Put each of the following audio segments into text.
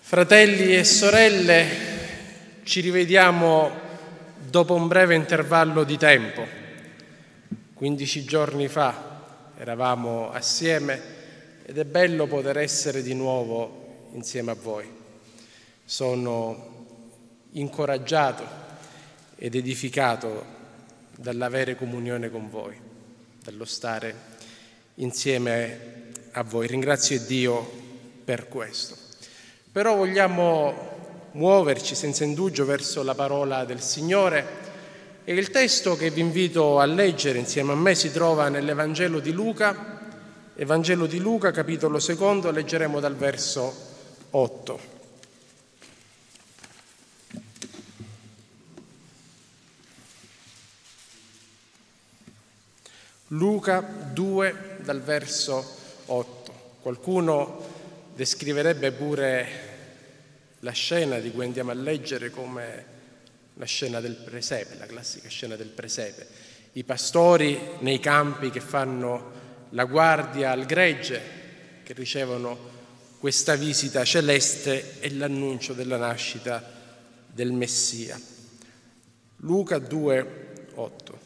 Fratelli e sorelle, ci rivediamo dopo un breve intervallo di tempo. 15 giorni fa eravamo assieme ed è bello poter essere di nuovo insieme a voi. Sono incoraggiato ed edificato dall'avere comunione con voi, dallo stare insieme a voi. Ringrazio Dio per questo. Però vogliamo muoverci senza indugio verso la parola del Signore e il testo che vi invito a leggere insieme a me si trova nell'Evangelo di Luca, capitolo 2, leggeremo dal verso 8. Luca 2 dal verso 8. Qualcuno descriverebbe pure la scena di cui andiamo a leggere come la scena del presepe, la classica scena del presepe. I pastori nei campi che fanno la guardia al gregge, che ricevono questa visita celeste e l'annuncio della nascita del Messia. Luca 2, 8.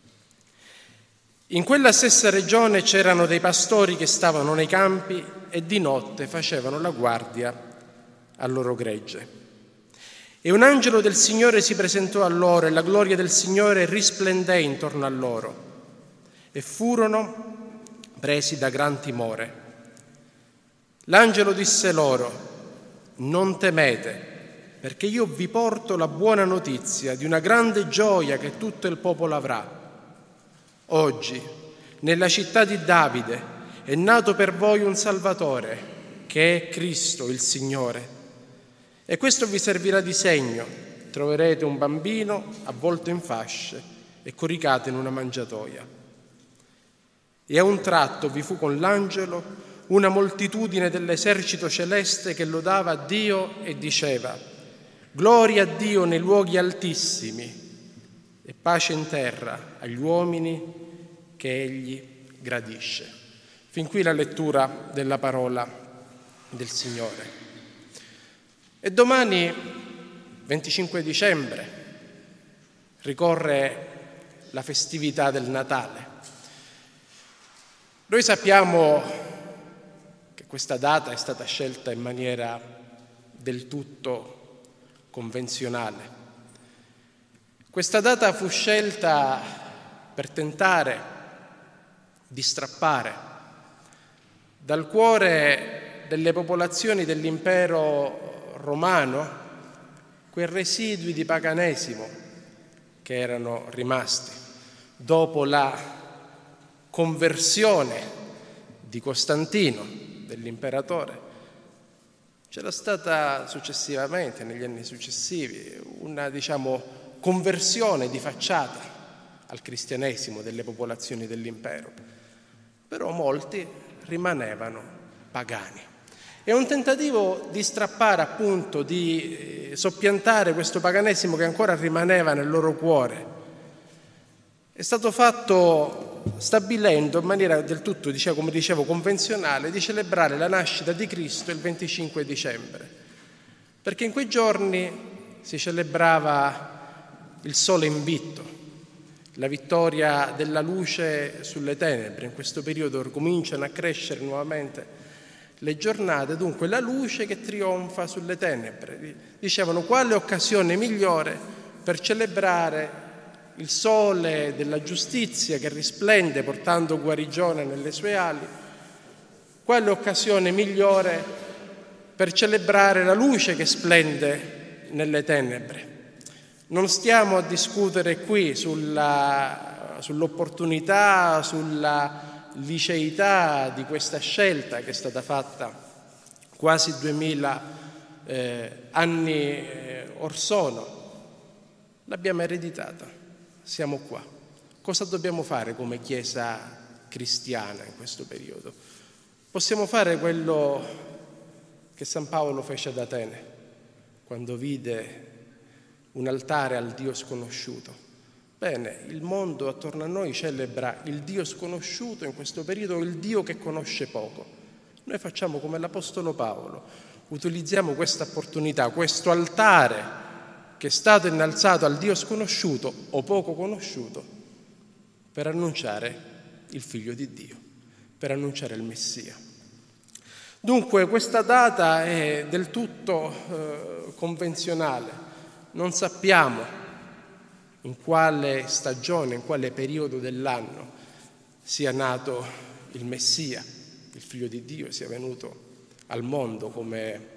In quella stessa regione c'erano dei pastori che stavano nei campi e di notte facevano la guardia al loro gregge. E un angelo del Signore si presentò a loro e la gloria del Signore risplendé intorno a loro e furono presi da gran timore. L'angelo disse loro: non temete, perché io vi porto la buona notizia di una grande gioia che tutto il popolo avrà. Oggi, nella città di Davide, è nato per voi un Salvatore, che è Cristo il Signore. E questo vi servirà di segno: troverete un bambino avvolto in fasce e coricato in una mangiatoia. E a un tratto vi fu con l'angelo una moltitudine dell'esercito celeste che lodava Dio e diceva: gloria a Dio nei luoghi altissimi e pace in terra agli uomini che Egli gradisce. Fin qui la lettura della parola del Signore. E domani, 25 dicembre, ricorre la festività del Natale. Noi sappiamo che questa data è stata scelta in maniera del tutto convenzionale. Questa data fu scelta per tentare di strappare dal cuore delle popolazioni dell'impero romano quei residui di paganesimo che erano rimasti dopo la conversione di Costantino, dell'imperatore. C'era stata successivamente, negli anni successivi, una conversione di facciata al cristianesimo delle popolazioni dell'impero, però molti rimanevano pagani. È un tentativo di strappare, appunto, di soppiantare questo paganesimo che ancora rimaneva nel loro cuore. È stato fatto stabilendo in maniera del tutto, come dicevo, convenzionale, di celebrare la nascita di Cristo il 25 dicembre, perché in quei giorni si celebrava il sole invitto, la vittoria della luce sulle tenebre. In questo periodo cominciano a crescere nuovamente le giornate, dunque la luce che trionfa sulle tenebre. Dicevano: quale occasione migliore per celebrare il sole della giustizia che risplende portando guarigione nelle sue ali? Quale occasione migliore per celebrare la luce che splende nelle tenebre? Non stiamo a discutere qui sull'opportunità, sulla liceità di questa scelta che è stata fatta quasi 2000 anni or sono. L'abbiamo ereditata, siamo qua. Cosa dobbiamo fare come Chiesa cristiana in questo periodo? Possiamo fare quello che San Paolo fece ad Atene, quando vide un altare al Dio sconosciuto. Bene, il mondo attorno a noi celebra il Dio sconosciuto in questo periodo, il Dio che conosce poco. Noi facciamo come l'Apostolo Paolo, utilizziamo questa opportunità, questo altare che è stato innalzato al Dio sconosciuto o poco conosciuto per annunciare il Figlio di Dio, per annunciare il Messia. Dunque questa data è del tutto convenzionale, non sappiamo in quale stagione, in quale periodo dell'anno sia nato il Messia, il Figlio di Dio, sia venuto al mondo come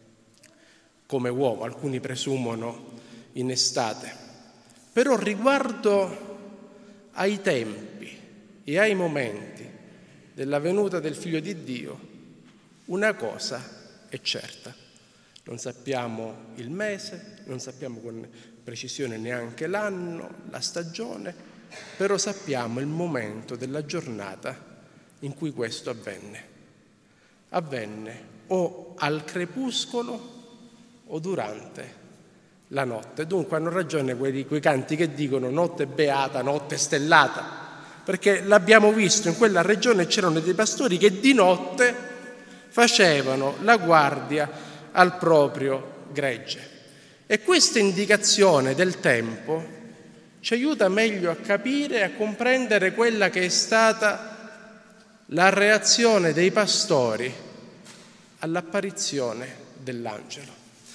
uomo. Alcuni presumono in estate. Però riguardo ai tempi e ai momenti della venuta del Figlio di Dio, una cosa è certa: non sappiamo il mese, non sappiamo con precisione neanche l'anno, la stagione, però sappiamo il momento della giornata in cui questo avvenne. Avvenne o al crepuscolo o durante la notte. Dunque hanno ragione quei canti che dicono notte beata, notte stellata, perché l'abbiamo visto, in quella regione c'erano dei pastori che di notte facevano la guardia al proprio gregge. E questa indicazione del tempo ci aiuta meglio a capire e a comprendere quella che è stata la reazione dei pastori all'apparizione dell'angelo.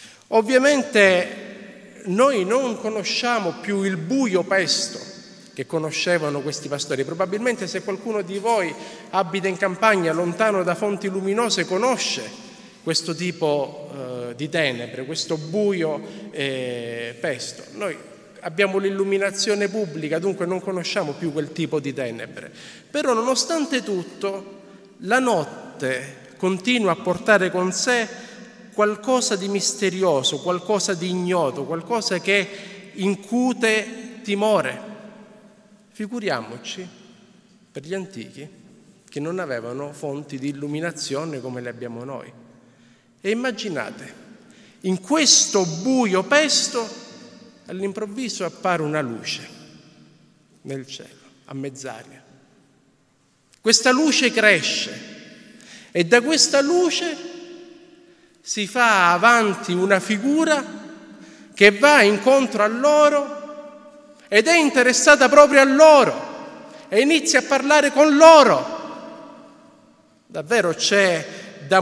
Ovviamente noi non conosciamo più il buio pesto che conoscevano questi pastori. Probabilmente se qualcuno di voi abita in campagna, lontano da fonti luminose, conosce questo tipo di tenebre, questo buio pesto. Noi abbiamo l'illuminazione pubblica, dunque non conosciamo più quel tipo di tenebre. Però nonostante tutto, la notte continua a portare con sé qualcosa di misterioso, qualcosa di ignoto, qualcosa che incute timore. Figuriamoci per gli antichi che non avevano fonti di illuminazione come le abbiamo noi. E immaginate, in questo buio pesto all'improvviso appare una luce nel cielo, a mezz'aria. Questa luce cresce e da questa luce si fa avanti una figura che va incontro a loro ed è interessata proprio a loro e inizia a parlare con loro. Davvero c'è da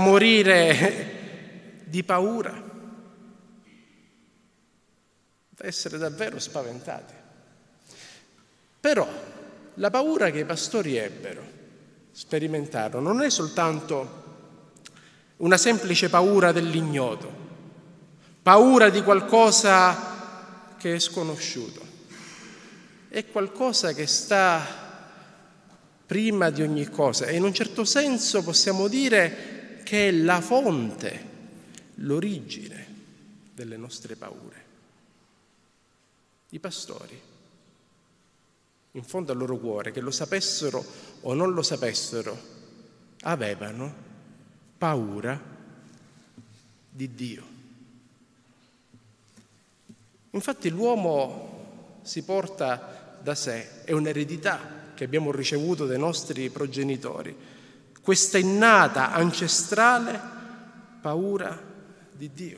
morire di paura, da essere davvero spaventati. Però la paura che i pastori sperimentarono non è soltanto una semplice paura dell'ignoto, paura di qualcosa che è sconosciuto. È qualcosa che sta prima di ogni cosa e in un certo senso possiamo dire che è la fonte, l'origine delle nostre paure. I pastori, in fondo al loro cuore, che lo sapessero o non lo sapessero, avevano paura di Dio. Infatti l'uomo si porta da sé, è un'eredità che abbiamo ricevuto dai nostri progenitori, questa innata, ancestrale paura di Dio.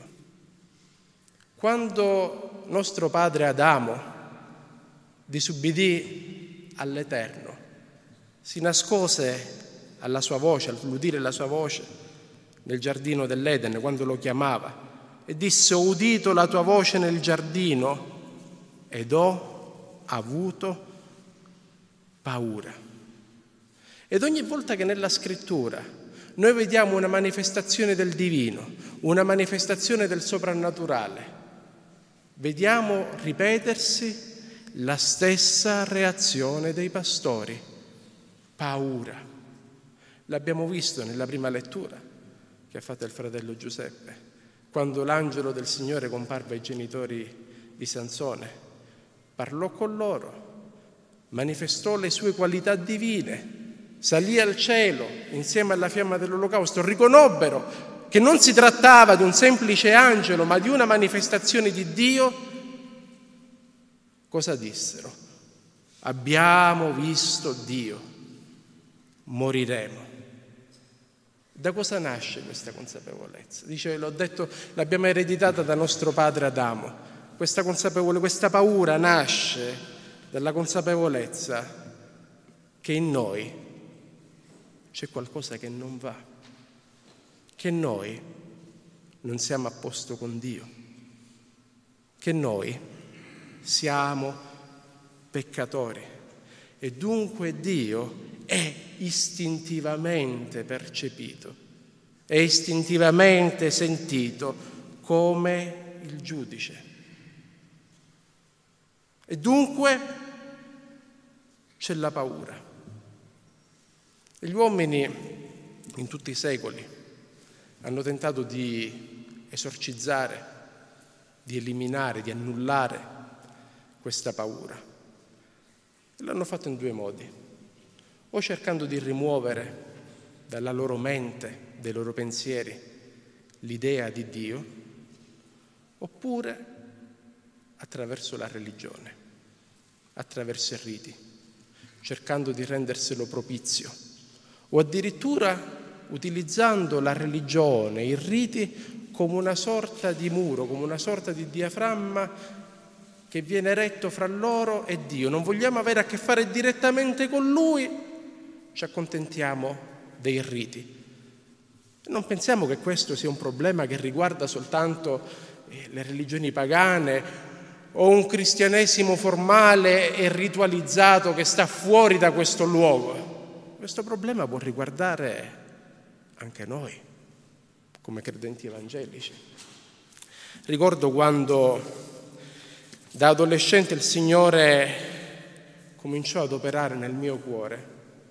Quando nostro padre Adamo disubbidì all'Eterno, si nascose alla sua voce, all'udire la sua voce nel giardino dell'Eden, quando lo chiamava, e disse: ho udito la tua voce nel giardino ed ho avuto paura. Ed ogni volta che nella scrittura noi vediamo una manifestazione del divino, una manifestazione del soprannaturale, vediamo ripetersi la stessa reazione dei pastori: paura. L'abbiamo visto nella prima lettura che ha fatto il fratello Giuseppe, quando l'angelo del Signore comparve ai genitori di Sansone, parlò con loro, manifestò le sue qualità divine, salì al cielo insieme alla fiamma dell'olocausto, riconobbero che non si trattava di un semplice angelo, ma di una manifestazione di Dio. Cosa dissero? Abbiamo visto Dio, moriremo. Da cosa nasce questa consapevolezza? Dice, l'ho detto, l'abbiamo ereditata da nostro padre Adamo. Questa paura nasce dalla consapevolezza che in noi c'è qualcosa che non va, che noi non siamo a posto con Dio, che noi siamo peccatori e dunque Dio è istintivamente percepito, è istintivamente sentito come il giudice. E dunque c'è la paura. E gli uomini in tutti i secoli hanno tentato di esorcizzare, di eliminare, di annullare questa paura. E l'hanno fatto in due modi: o cercando di rimuovere dalla loro mente, dai loro pensieri, l'idea di Dio, oppure attraverso la religione, attraverso i riti, cercando di renderselo propizio, o addirittura utilizzando la religione, i riti, come una sorta di muro, come una sorta di diaframma che viene eretto fra loro e Dio. Non vogliamo avere a che fare direttamente con Lui, ci accontentiamo dei riti. Non pensiamo che questo sia un problema che riguarda soltanto le religioni pagane o un cristianesimo formale e ritualizzato che sta fuori da questo luogo. Questo problema può riguardare anche noi, come credenti evangelici. Ricordo quando da adolescente il Signore cominciò ad operare nel mio cuore.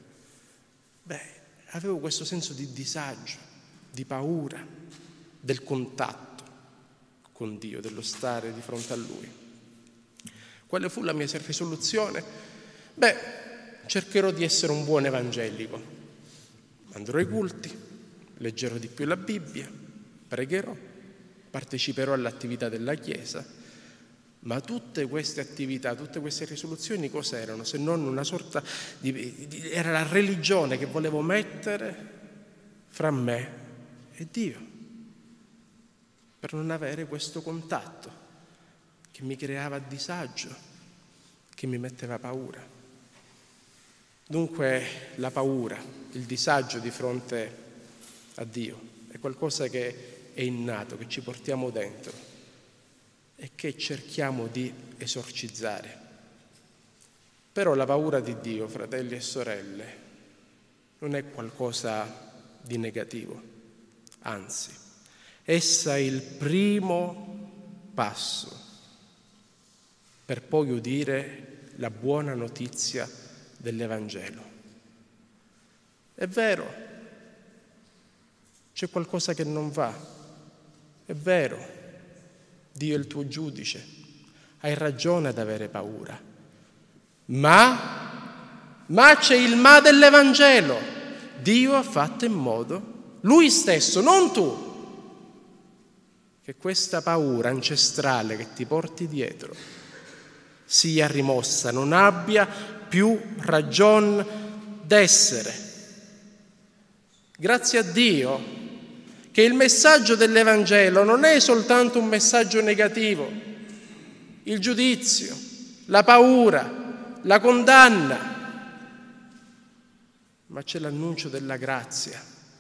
Avevo questo senso di disagio, di paura, del contatto con Dio, dello stare di fronte a Lui. Quale fu la mia risoluzione? Cercherò di essere un buon evangelico. Andrò ai culti, leggerò di più la Bibbia, pregherò, parteciperò all'attività della Chiesa. Ma tutte queste attività, tutte queste risoluzioni cos'erano? Se non una sorta era la religione che volevo mettere fra me e Dio, per non avere questo contatto che mi creava disagio, che mi metteva paura. Dunque la paura, il disagio di fronte a Dio è qualcosa che è innato, che ci portiamo dentro e che cerchiamo di esorcizzare. Però la paura di Dio, fratelli e sorelle, non è qualcosa di negativo, anzi, essa è il primo passo per poi udire la buona notizia dell'Evangelo. È vero, c'è qualcosa che non va, è vero, Dio è il tuo giudice, hai ragione ad avere paura, ma c'è il ma dell'Evangelo. Dio ha fatto in modo, Lui stesso, non tu, che questa paura ancestrale che ti porti dietro sia rimossa, non abbia più ragione d'essere. Grazie a Dio che il messaggio dell'Evangelo non è soltanto un messaggio negativo, il giudizio, la paura, la condanna, ma c'è l'annuncio della grazia.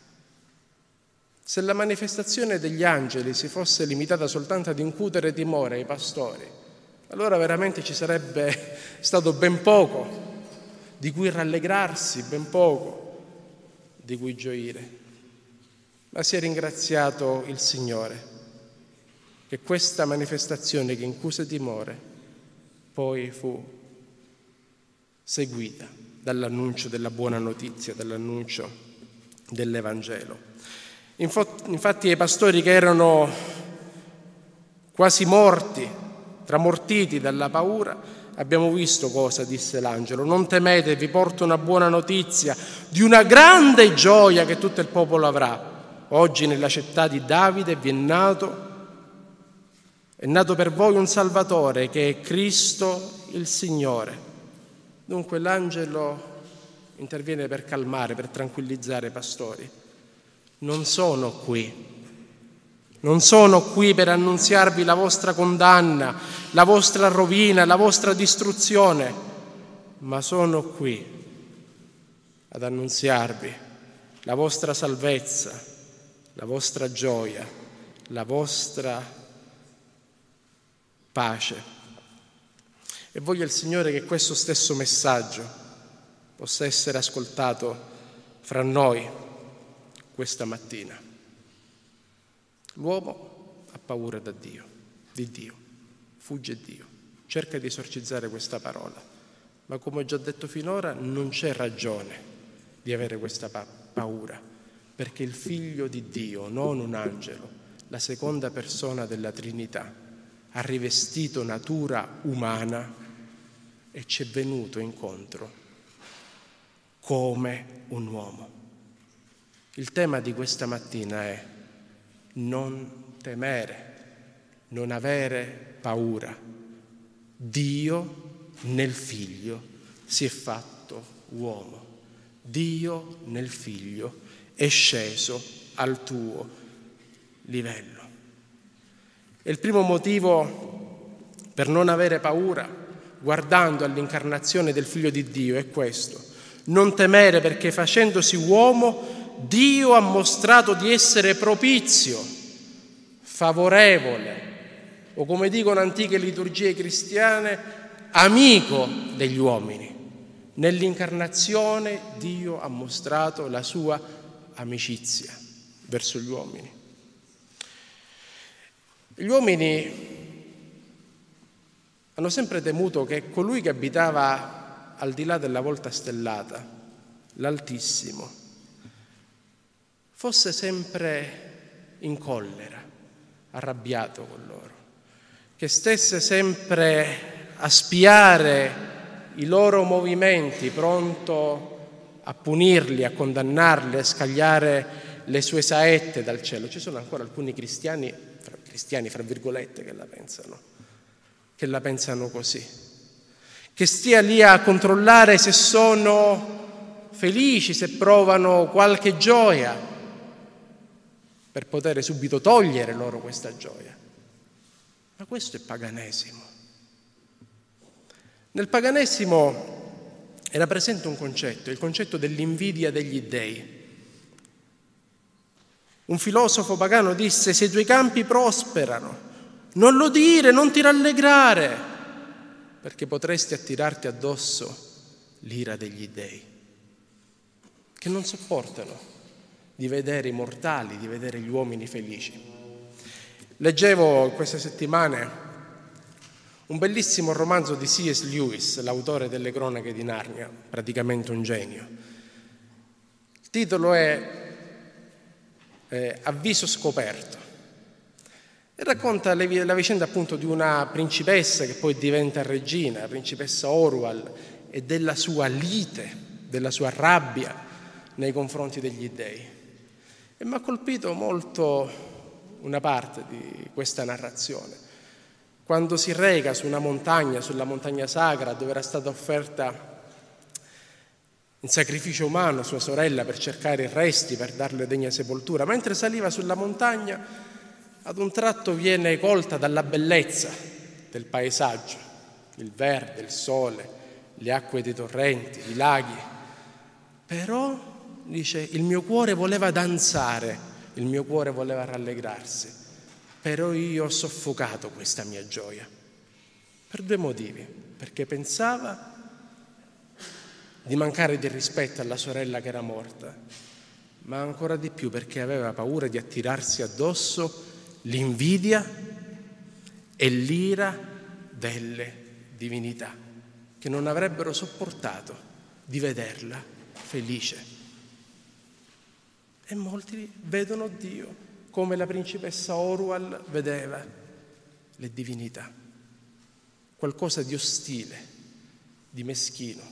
Se la manifestazione degli angeli si fosse limitata soltanto ad incutere timore ai pastori, allora veramente ci sarebbe stato ben poco di cui rallegrarsi, ben poco di cui gioire. Ma si è ringraziato il Signore che questa manifestazione che incuse timore poi fu seguita dall'annuncio della buona notizia, dall'annuncio dell'Evangelo. Infatti ai pastori che erano quasi morti, tramortiti dalla paura, abbiamo visto cosa disse l'angelo: non temete, vi porto una buona notizia di una grande gioia che tutto il popolo avrà. Oggi nella città di Davide è nato per voi un Salvatore che è Cristo il Signore. Dunque l'angelo interviene per calmare, per tranquillizzare i pastori. non sono qui. Non sono qui per annunziarvi la vostra condanna, la vostra rovina, la vostra distruzione, ma sono qui ad annunziarvi la vostra salvezza, la vostra gioia, la vostra pace. E voglia il Signore che questo stesso messaggio possa essere ascoltato fra noi questa mattina. L'uomo ha paura di Dio, fugge Dio, cerca di esorcizzare questa parola, ma come ho già detto finora non c'è ragione di avere questa paura, perché il Figlio di Dio, non un angelo, la seconda persona della Trinità, ha rivestito natura umana e ci è venuto incontro come un uomo. Il tema di questa mattina è non temere, non avere paura. Dio nel Figlio si è fatto uomo. Dio nel Figlio è sceso al tuo livello. E il primo motivo per non avere paura, guardando all'incarnazione del Figlio di Dio, è questo: non temere, perché facendosi uomo Dio ha mostrato di essere propizio, favorevole, o come dicono antiche liturgie cristiane, amico degli uomini. Nell'incarnazione Dio ha mostrato la sua amicizia verso gli uomini. Gli uomini hanno sempre temuto che colui che abitava al di là della volta stellata, l'Altissimo, fosse sempre in collera, arrabbiato con loro, che stesse sempre a spiare i loro movimenti, pronto a punirli, a condannarli, a scagliare le sue saette dal cielo. Ci sono ancora alcuni cristiani fra virgolette, che la pensano così, che stia lì a controllare se sono felici, se provano qualche gioia, per poter subito togliere loro questa gioia. Ma questo è paganesimo. Nel paganesimo era presente un concetto, il concetto dell'invidia degli dèi. Un filosofo pagano disse: se i tuoi campi prosperano, non lo dire, non ti rallegrare, perché potresti attirarti addosso l'ira degli dèi, che non sopportano di vedere i mortali, di vedere gli uomini felici. Leggevo in queste settimane un bellissimo romanzo di C.S. Lewis, l'autore delle Cronache di Narnia, praticamente un genio. Il titolo è A viso scoperto e racconta la vicenda appunto di una principessa che poi diventa regina, la principessa Orwell, e della sua lite, della sua rabbia nei confronti degli dèi. E mi ha colpito molto una parte di questa narrazione, quando si reca su una montagna, sulla montagna sacra, dove era stata offerta in sacrificio umano sua sorella per cercare i resti, per darle degna sepoltura. Mentre saliva sulla montagna, ad un tratto viene colta dalla bellezza del paesaggio, il verde, il sole, le acque dei torrenti, i laghi. Però dice: il mio cuore voleva danzare, il mio cuore voleva rallegrarsi, però io ho soffocato questa mia gioia per due motivi: perché pensava di mancare di rispetto alla sorella che era morta, ma ancora di più perché aveva paura di attirarsi addosso l'invidia e l'ira delle divinità, che non avrebbero sopportato di vederla felice. E molti vedono Dio come la principessa Orwell vedeva le divinità, qualcosa di ostile, di meschino,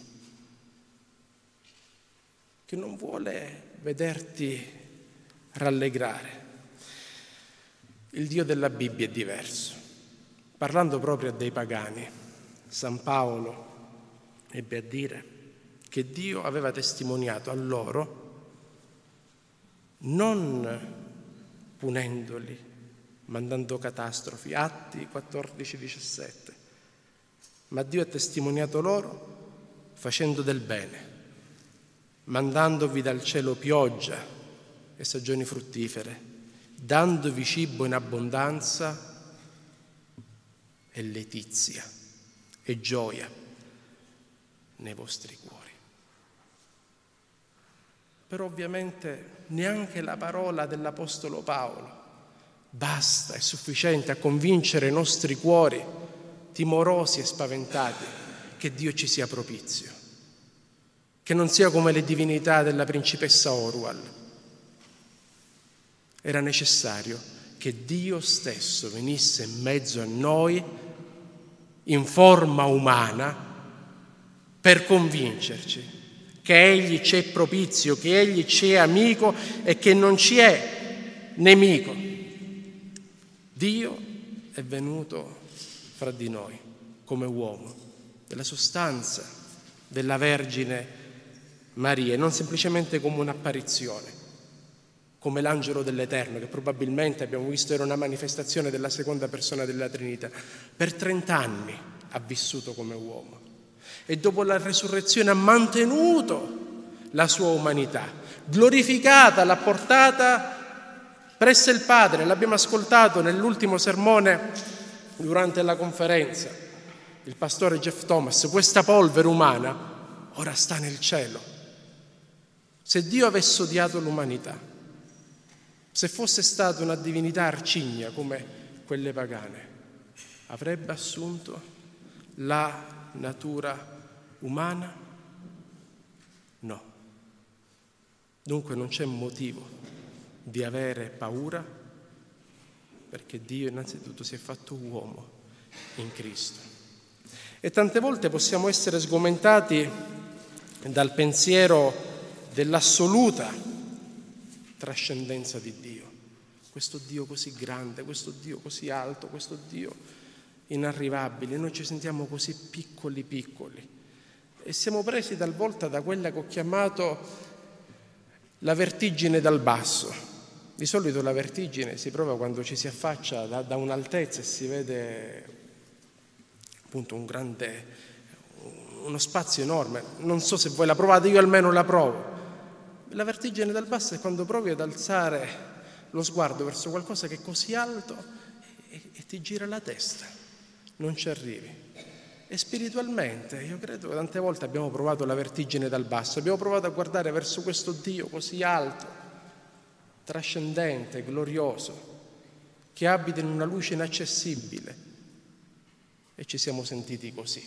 che non vuole vederti rallegrare. Il Dio della Bibbia è diverso. Parlando proprio dei pagani, San Paolo ebbe a dire che Dio aveva testimoniato a loro non punendoli, mandando catastrofi, Atti 14-17, ma Dio ha testimoniato loro facendo del bene, mandandovi dal cielo pioggia e stagioni fruttifere, dandovi cibo in abbondanza e letizia e gioia nei vostri cuori. Però ovviamente neanche la parola dell'Apostolo Paolo basta, è sufficiente a convincere i nostri cuori timorosi e spaventati che Dio ci sia propizio, che non sia come le divinità della principessa Orwell. Era necessario che Dio stesso venisse in mezzo a noi in forma umana per convincerci che Egli ci è propizio, che Egli ci è amico e che non ci è nemico. Dio è venuto fra di noi come uomo, della sostanza della Vergine Maria, e non semplicemente come un'apparizione, come l'angelo dell'Eterno, che probabilmente abbiamo visto era una manifestazione della seconda persona della Trinità. Per 30 anni ha vissuto come uomo e dopo la resurrezione ha mantenuto la sua umanità, glorificata, l'ha portata presso il Padre. L'abbiamo ascoltato nell'ultimo sermone durante la conferenza, il pastore Jeff Thomas: questa polvere umana ora sta nel cielo. Se Dio avesse odiato l'umanità, se fosse stata una divinità arcigna come quelle pagane, avrebbe assunto la natura umana? No. Dunque non c'è motivo di avere paura, perché Dio innanzitutto si è fatto uomo in Cristo. E tante volte possiamo essere sgomentati dal pensiero dell'assoluta trascendenza di Dio. Questo Dio così grande, questo Dio così alto, questo Dio inarrivabile. Noi ci sentiamo così piccoli e siamo presi talvolta da quella che ho chiamato la vertigine dal basso. Di solito la vertigine si prova quando ci si affaccia da un'altezza e si vede appunto uno spazio enorme. Non so se voi la provate, io almeno la provo. La vertigine dal basso è quando provi ad alzare lo sguardo verso qualcosa che è così alto e ti gira la testa, non ci arrivi. E spiritualmente io credo che tante volte abbiamo provato la vertigine dal basso, abbiamo provato a guardare verso questo Dio così alto, trascendente, glorioso, che abita in una luce inaccessibile, e ci siamo sentiti così.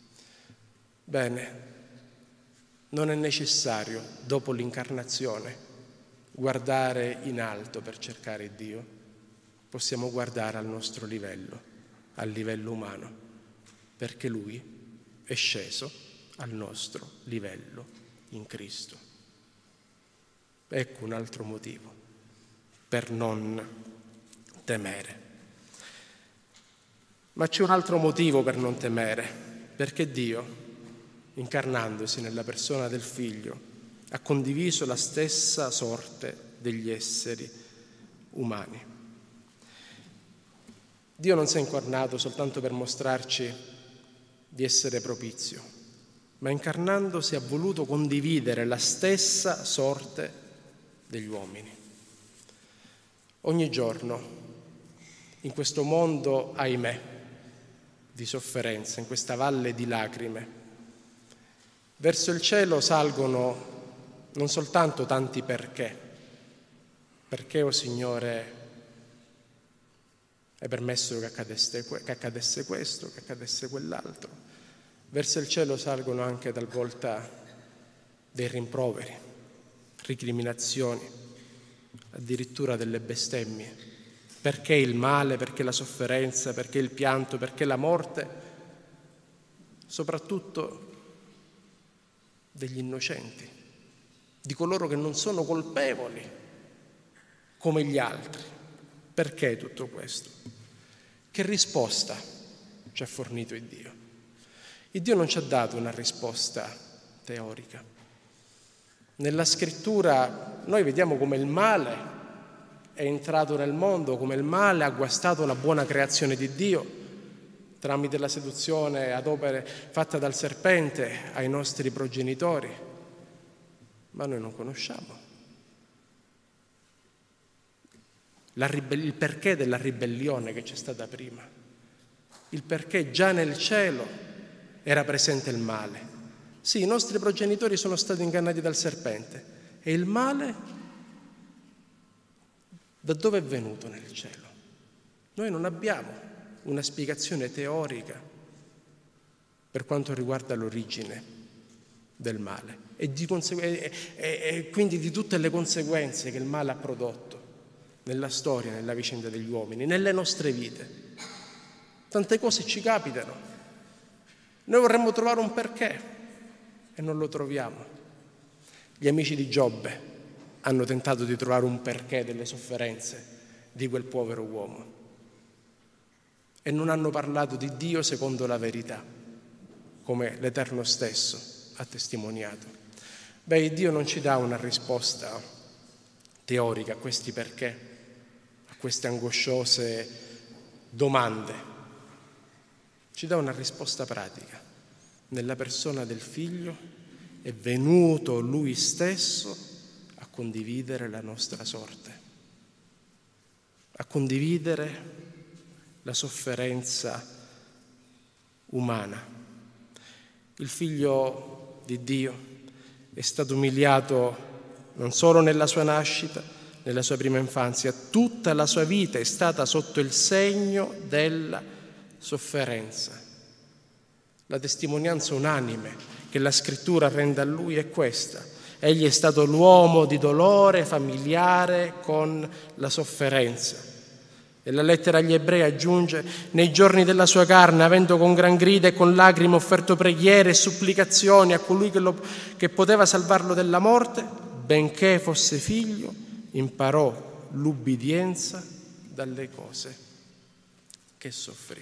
Bene, non è necessario, dopo l'incarnazione, guardare in alto per cercare Dio. Possiamo guardare al nostro livello, al livello umano, perché Lui è sceso al nostro livello in Cristo. Ecco un altro motivo per non temere. Ma c'è un altro motivo per non temere, perché Dio, incarnandosi nella persona del Figlio, ha condiviso la stessa sorte degli esseri umani. Dio non si è incarnato soltanto per mostrarci di essere propizio, ma incarnandosi ha voluto condividere la stessa sorte degli uomini. Ogni giorno, in questo mondo, ahimè, di sofferenza, in questa valle di lacrime, verso il cielo salgono non soltanto tanti perché, oh Signore, hai permesso che accadesse questo, che accadesse quell'altro. Verso il cielo salgono anche talvolta dei rimproveri, recriminazioni, addirittura delle bestemmie. Perché il male, perché la sofferenza, perché il pianto, perché la morte? Soprattutto degli innocenti, di coloro che non sono colpevoli come gli altri. Perché tutto questo? Che risposta ci ha fornito il Dio? Il Dio non ci ha dato una risposta teorica. Nella scrittura noi vediamo come il male è entrato nel mondo, come il male ha guastato la buona creazione di Dio tramite la seduzione ad opere fatta dal serpente ai nostri progenitori, ma noi non conosciamo il perché della ribellione che c'è stata prima, il perché già nel cielo era presente il male. Sì, i nostri progenitori sono stati ingannati dal serpente, e il male da dove è venuto nel cielo? Noi non abbiamo una spiegazione teorica per quanto riguarda l'origine del male e quindi di tutte le conseguenze che il male ha prodotto nella storia, nella vicenda degli uomini, nelle nostre vite. Tante cose ci capitano. Noi vorremmo trovare un perché e non lo troviamo. Gli amici di Giobbe hanno tentato di trovare un perché delle sofferenze di quel povero uomo e non hanno parlato di Dio secondo la verità, come l'Eterno stesso ha testimoniato. Dio non ci dà una risposta teorica a questi perché, a queste angosciose domande. Ci dà una risposta pratica. Nella persona del Figlio è venuto Lui stesso a condividere la nostra sorte, a condividere la sofferenza umana. Il Figlio di Dio è stato umiliato non solo nella sua nascita, nella sua prima infanzia, tutta la sua vita è stata sotto il segno della sofferenza. La testimonianza unanime che la Scrittura rende a Lui è questa: Egli è stato l'uomo di dolore, familiare con la sofferenza. E la lettera agli Ebrei aggiunge: nei giorni della sua carne, avendo con gran grida e con lacrime offerto preghiere e supplicazioni a colui che poteva salvarlo dalla morte, benché fosse figlio, imparò l'ubbidienza dalle cose che soffrì.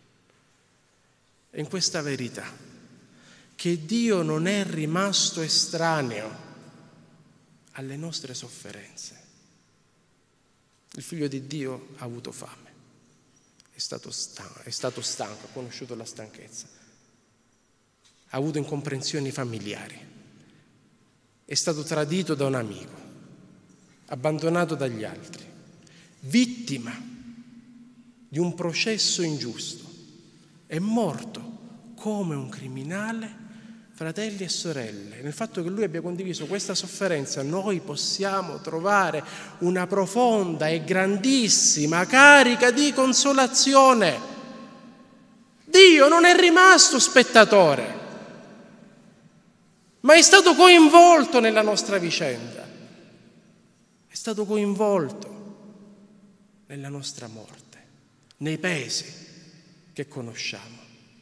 È in questa verità che Dio non è rimasto estraneo alle nostre sofferenze. Il Figlio di Dio ha avuto fame, è stato stanco, ha conosciuto la stanchezza, ha avuto incomprensioni familiari, è stato tradito da un amico, abbandonato dagli altri, vittima di un processo ingiusto, è morto come un criminale. Fratelli e sorelle, nel fatto che Lui abbia condiviso questa sofferenza, noi possiamo trovare una profonda e grandissima carica di consolazione. Dio non è rimasto spettatore, ma è stato coinvolto nella nostra vicenda, è stato coinvolto nella nostra morte, nei pesi che conosciamo.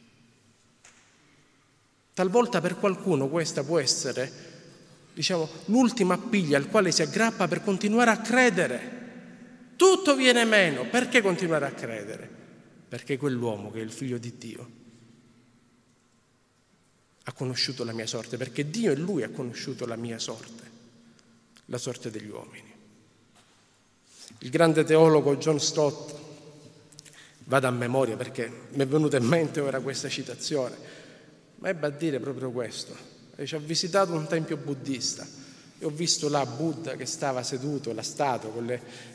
Talvolta per qualcuno questa può essere, l'ultima appiglia al quale si aggrappa per continuare a credere. Tutto viene meno. Perché continuare a credere? Perché quell'uomo che è il Figlio di Dio ha conosciuto la mia sorte, perché Dio in Lui ha conosciuto la mia sorte, la sorte degli uomini. Il grande teologo John Stott, vado a memoria perché mi è venuta in mente ora questa citazione, ma ebbe a dire proprio questo. Ci ha visitato un tempio buddista e ho visto là Buddha che stava seduto, la statua, con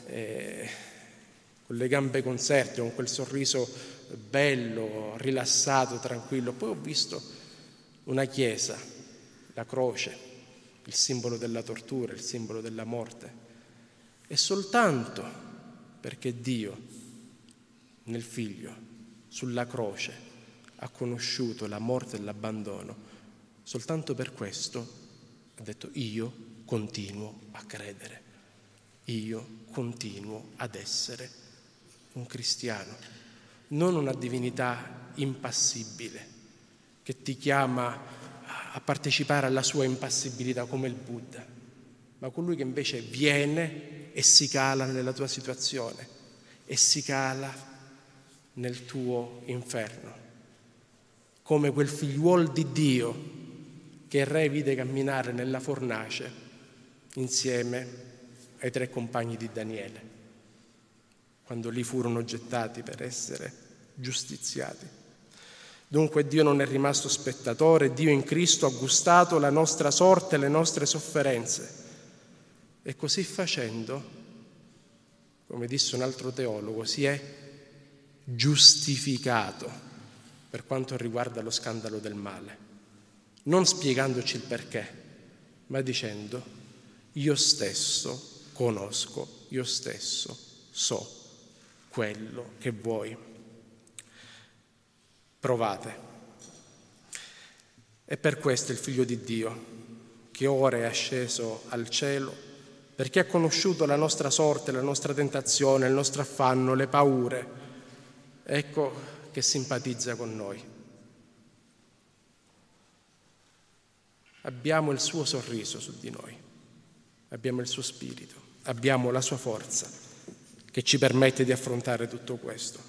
le gambe conserte, con quel sorriso bello, rilassato, tranquillo. Poi ho visto una chiesa, la croce, il simbolo della tortura, il simbolo della morte. E soltanto perché Dio, nel Figlio, sulla croce, ha conosciuto la morte e l'abbandono, soltanto per questo ha detto: io continuo a credere, io continuo ad essere un cristiano, non una divinità impassibile che ti chiama a partecipare alla sua impassibilità come il Buddha, ma colui che invece viene e si cala nella tua situazione e si cala nel tuo inferno, come quel figliuol di Dio che il re vide camminare nella fornace insieme ai 3 compagni di Daniele, quando lì furono gettati per essere giustiziati. Dunque Dio non è rimasto spettatore, Dio in Cristo ha gustato la nostra sorte, le nostre sofferenze. E così facendo, come disse un altro teologo, si è giustificato per quanto riguarda lo scandalo del male, non spiegandoci il perché, ma dicendo: io stesso conosco, io stesso so quello che voi provate. E per questo il Figlio di Dio, che ora è asceso al cielo, perché ha conosciuto la nostra sorte, la nostra tentazione, il nostro affanno, le paure, ecco che simpatizza con noi. Abbiamo il suo sorriso su di noi, abbiamo il suo spirito, abbiamo la sua forza che ci permette di affrontare tutto questo.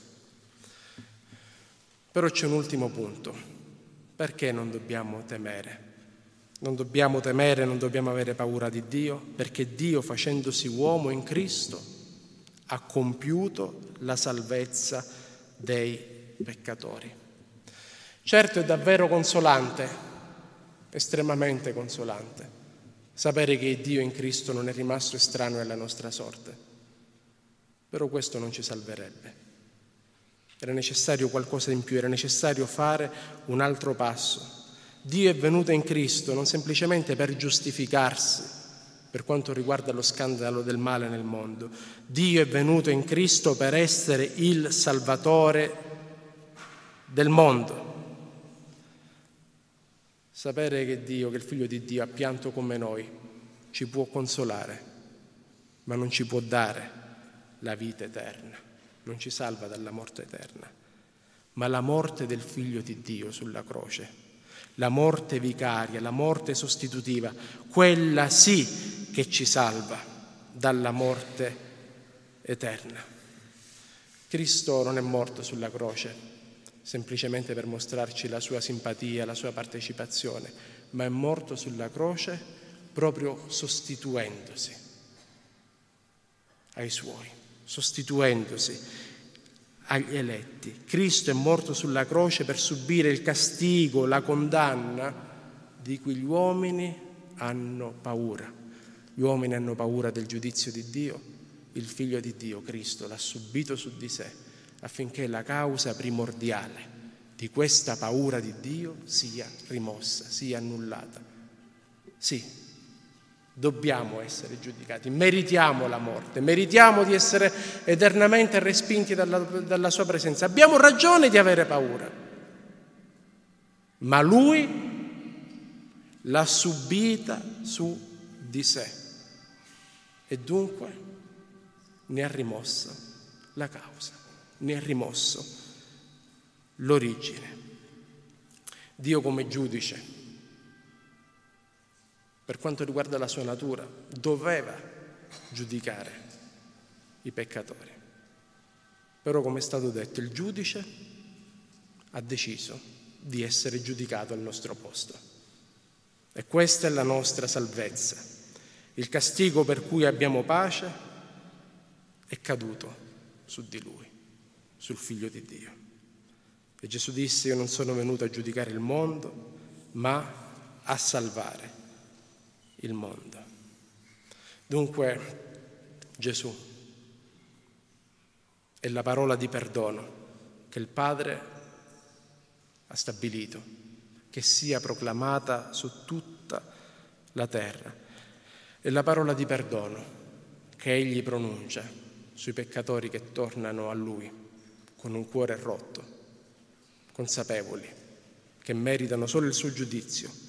Però c'è un ultimo punto. Perché non dobbiamo temere? Non dobbiamo temere, non dobbiamo avere paura di Dio, perché Dio, facendosi uomo in Cristo, ha compiuto la salvezza dei peccatori. Certo, è davvero consolante, estremamente consolante, sapere che Dio in Cristo non è rimasto estraneo alla nostra sorte. Però questo non ci salverebbe. Era necessario qualcosa in più, era necessario fare un altro passo. Dio è venuto in Cristo non semplicemente per giustificarsi per quanto riguarda lo scandalo del male nel mondo. Dio è venuto in Cristo per essere il Salvatore del mondo. Sapere che Dio, che il Figlio di Dio ha pianto come noi, ci può consolare, ma non ci può dare la vita eterna, non ci salva dalla morte eterna, ma la morte del Figlio di Dio sulla croce, la morte vicaria, la morte sostitutiva, quella sì che ci salva dalla morte eterna. Cristo non è morto sulla croce semplicemente per mostrarci la sua simpatia, la sua partecipazione, ma è morto sulla croce proprio sostituendosi ai suoi, sostituendosi agli eletti. Cristo è morto sulla croce per subire il castigo, la condanna di cui gli uomini hanno paura. Gli uomini hanno paura del giudizio di Dio. Il Figlio di Dio, Cristo, l'ha subito su di sé affinché la causa primordiale di questa paura di Dio sia rimossa, sia annullata. Sì, dobbiamo essere giudicati, meritiamo la morte, meritiamo di essere eternamente respinti dalla sua presenza. Abbiamo ragione di avere paura, ma Lui l'ha subita su di sé e dunque ne ha rimosso la causa, ne ha rimosso l'origine. Dio come giudice, per quanto riguarda la sua natura, doveva giudicare i peccatori. Però, come è stato detto, il giudice ha deciso di essere giudicato al nostro posto. E questa è la nostra salvezza. Il castigo per cui abbiamo pace è caduto su di Lui, sul Figlio di Dio. E Gesù disse: io non sono venuto a giudicare il mondo, ma a salvare il mondo. Dunque Gesù è la parola di perdono che il Padre ha stabilito che sia proclamata su tutta la terra. È la parola di perdono che Egli pronuncia sui peccatori che tornano a Lui con un cuore rotto, consapevoli che meritano solo il suo giudizio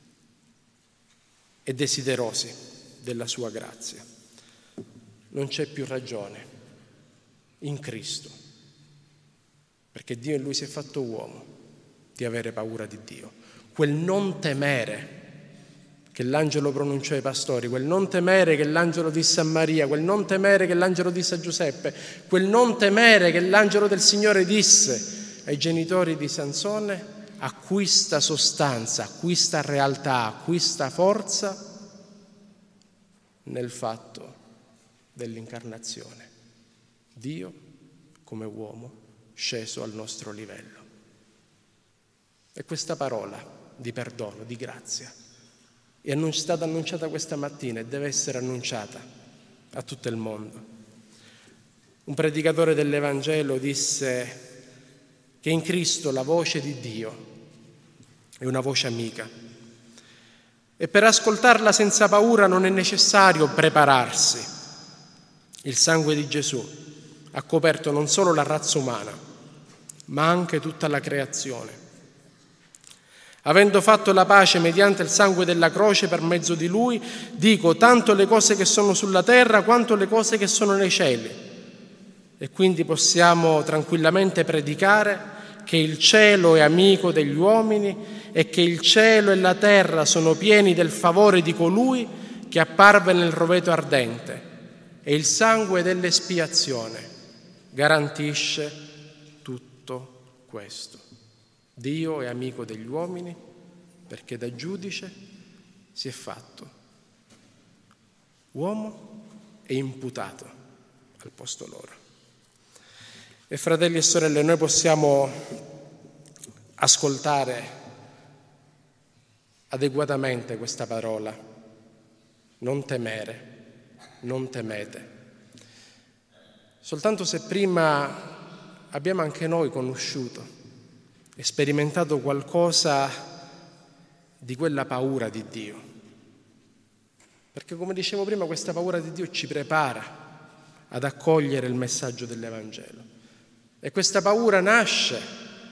e desiderosi della sua grazia. Non c'è più ragione in Cristo, perché Dio in Lui si è fatto uomo, di avere paura di Dio. Quel non temere che l'angelo pronunciò ai pastori, quel non temere che l'angelo disse a Maria, quel non temere che l'angelo disse a Giuseppe, quel non temere che l'angelo del Signore disse ai genitori di Sansone, acquista sostanza, acquista realtà, acquista forza nel fatto dell'incarnazione. Dio, come uomo, sceso al nostro livello. E questa parola di perdono, di grazia, è stata annunciata questa mattina e deve essere annunciata a tutto il mondo. Un predicatore dell'Evangelo disse che in Cristo la voce di Dio è una voce amica e per ascoltarla senza paura non è necessario prepararsi. Il sangue di Gesù ha coperto non solo la razza umana, ma anche tutta la creazione. Avendo fatto la pace mediante il sangue della croce per mezzo di Lui, dico tanto le cose che sono sulla terra quanto le cose che sono nei cieli. E quindi possiamo tranquillamente predicare che il cielo è amico degli uomini e che il cielo e la terra sono pieni del favore di colui che apparve nel roveto ardente, e il sangue dell'espiazione garantisce tutto questo. Dio è amico degli uomini perché da giudice si è fatto uomo e imputato al posto loro. E fratelli e sorelle, noi possiamo ascoltare adeguatamente questa parola: non temere, non temete. Soltanto se prima abbiamo anche noi conosciuto e sperimentato qualcosa di quella paura di Dio. Perché, come dicevo prima, questa paura di Dio ci prepara ad accogliere il messaggio dell'Evangelo. E questa paura nasce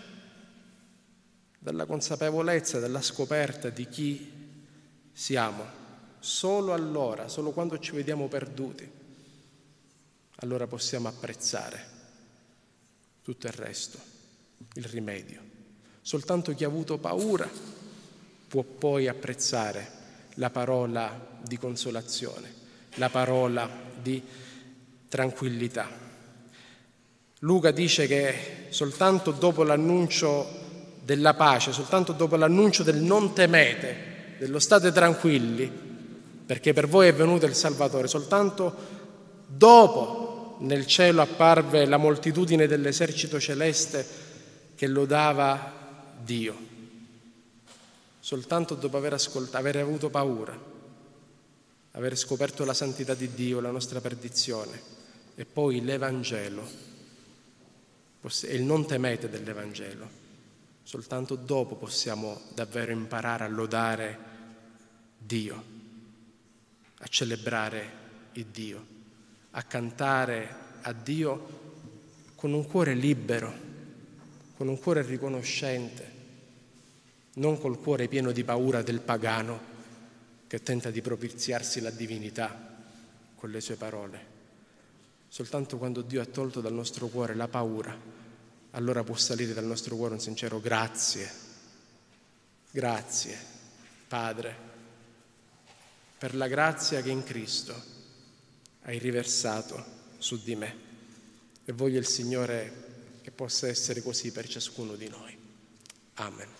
dalla consapevolezza, dalla scoperta di chi siamo. Solo allora, solo quando ci vediamo perduti, allora possiamo apprezzare tutto il resto, il rimedio. Soltanto chi ha avuto paura può poi apprezzare la parola di consolazione, la parola di tranquillità. Luca dice che soltanto dopo l'annuncio della pace, soltanto dopo l'annuncio del non temete, dello state tranquilli, perché per voi è venuto il Salvatore, soltanto dopo nel cielo apparve la moltitudine dell'esercito celeste che lodava Dio. Soltanto dopo aver avuto paura, aver scoperto la santità di Dio, la nostra perdizione, e poi l'Evangelo e il non temete dell'Evangelo, soltanto dopo possiamo davvero imparare a lodare Dio, a celebrare il Dio, a cantare a Dio con un cuore libero, con un cuore riconoscente, non col cuore pieno di paura del pagano che tenta di propiziarsi la divinità con le sue parole. Soltanto quando Dio ha tolto dal nostro cuore la paura, allora può salire dal nostro cuore un sincero grazie, grazie Padre, per la grazia che in Cristo hai riversato su di me. E voglio il Signore che possa essere così per ciascuno di noi. Amen.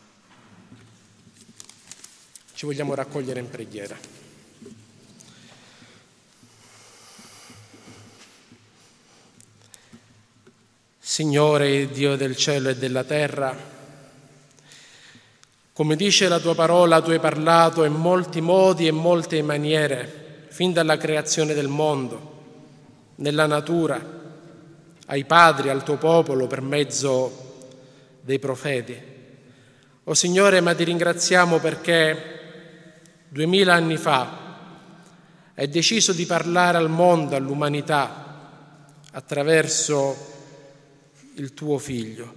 Ci vogliamo raccogliere in preghiera. Signore, Dio del cielo e della terra, come dice la tua parola, tu hai parlato in molti modi e molte maniere, fin dalla creazione del mondo, nella natura, ai padri, al tuo popolo, per mezzo dei profeti. O Signore, ma ti ringraziamo perché 2000 anni fa hai deciso di parlare al mondo, all'umanità, attraverso il tuo Figlio.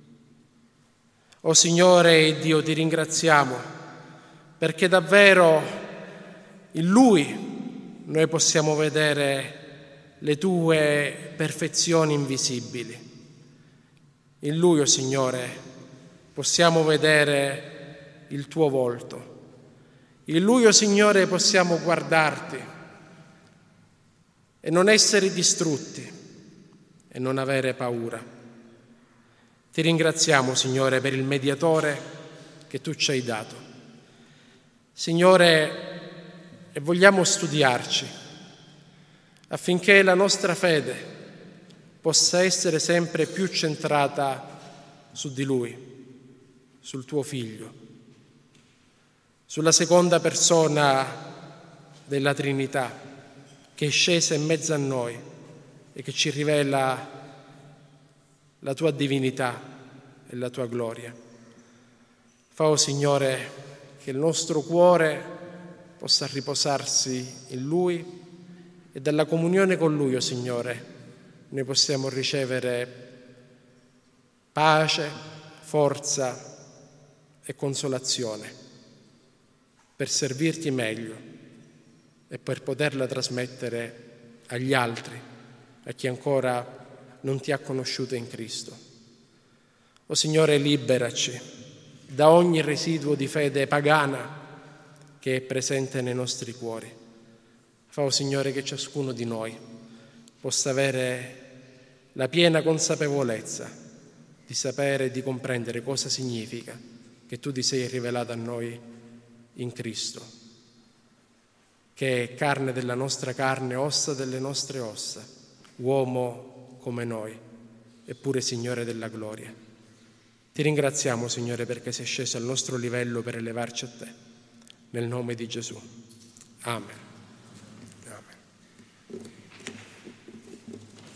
O Signore Dio, ti ringraziamo perché davvero in Lui noi possiamo vedere le tue perfezioni invisibili. In Lui, o Signore, possiamo vedere il tuo volto. In Lui, o Signore, possiamo guardarti e non essere distrutti e non avere paura. Ti ringraziamo, Signore, per il mediatore che tu ci hai dato. Signore, e vogliamo studiarci affinché la nostra fede possa essere sempre più centrata su di Lui, sul Tuo Figlio, sulla seconda persona della Trinità che è scesa in mezzo a noi e che ci rivela la Tua divinità e la Tua gloria. Fa, o Signore, che il nostro cuore possa riposarsi in Lui e dalla comunione con Lui, o Signore, noi possiamo ricevere pace, forza e consolazione per servirti meglio e per poterla trasmettere agli altri, a chi ancora non ti ha conosciuto in Cristo. O Signore, liberaci da ogni residuo di fede pagana che è presente nei nostri cuori. Fa, o Signore, che ciascuno di noi possa avere la piena consapevolezza di sapere e di comprendere cosa significa che Tu ti sei rivelato a noi in Cristo, che è carne della nostra carne, ossa delle nostre ossa, uomo come noi, eppure Signore della gloria. Ti ringraziamo, Signore, perché sei sceso al nostro livello per elevarci a Te. Nel nome di Gesù. Amen.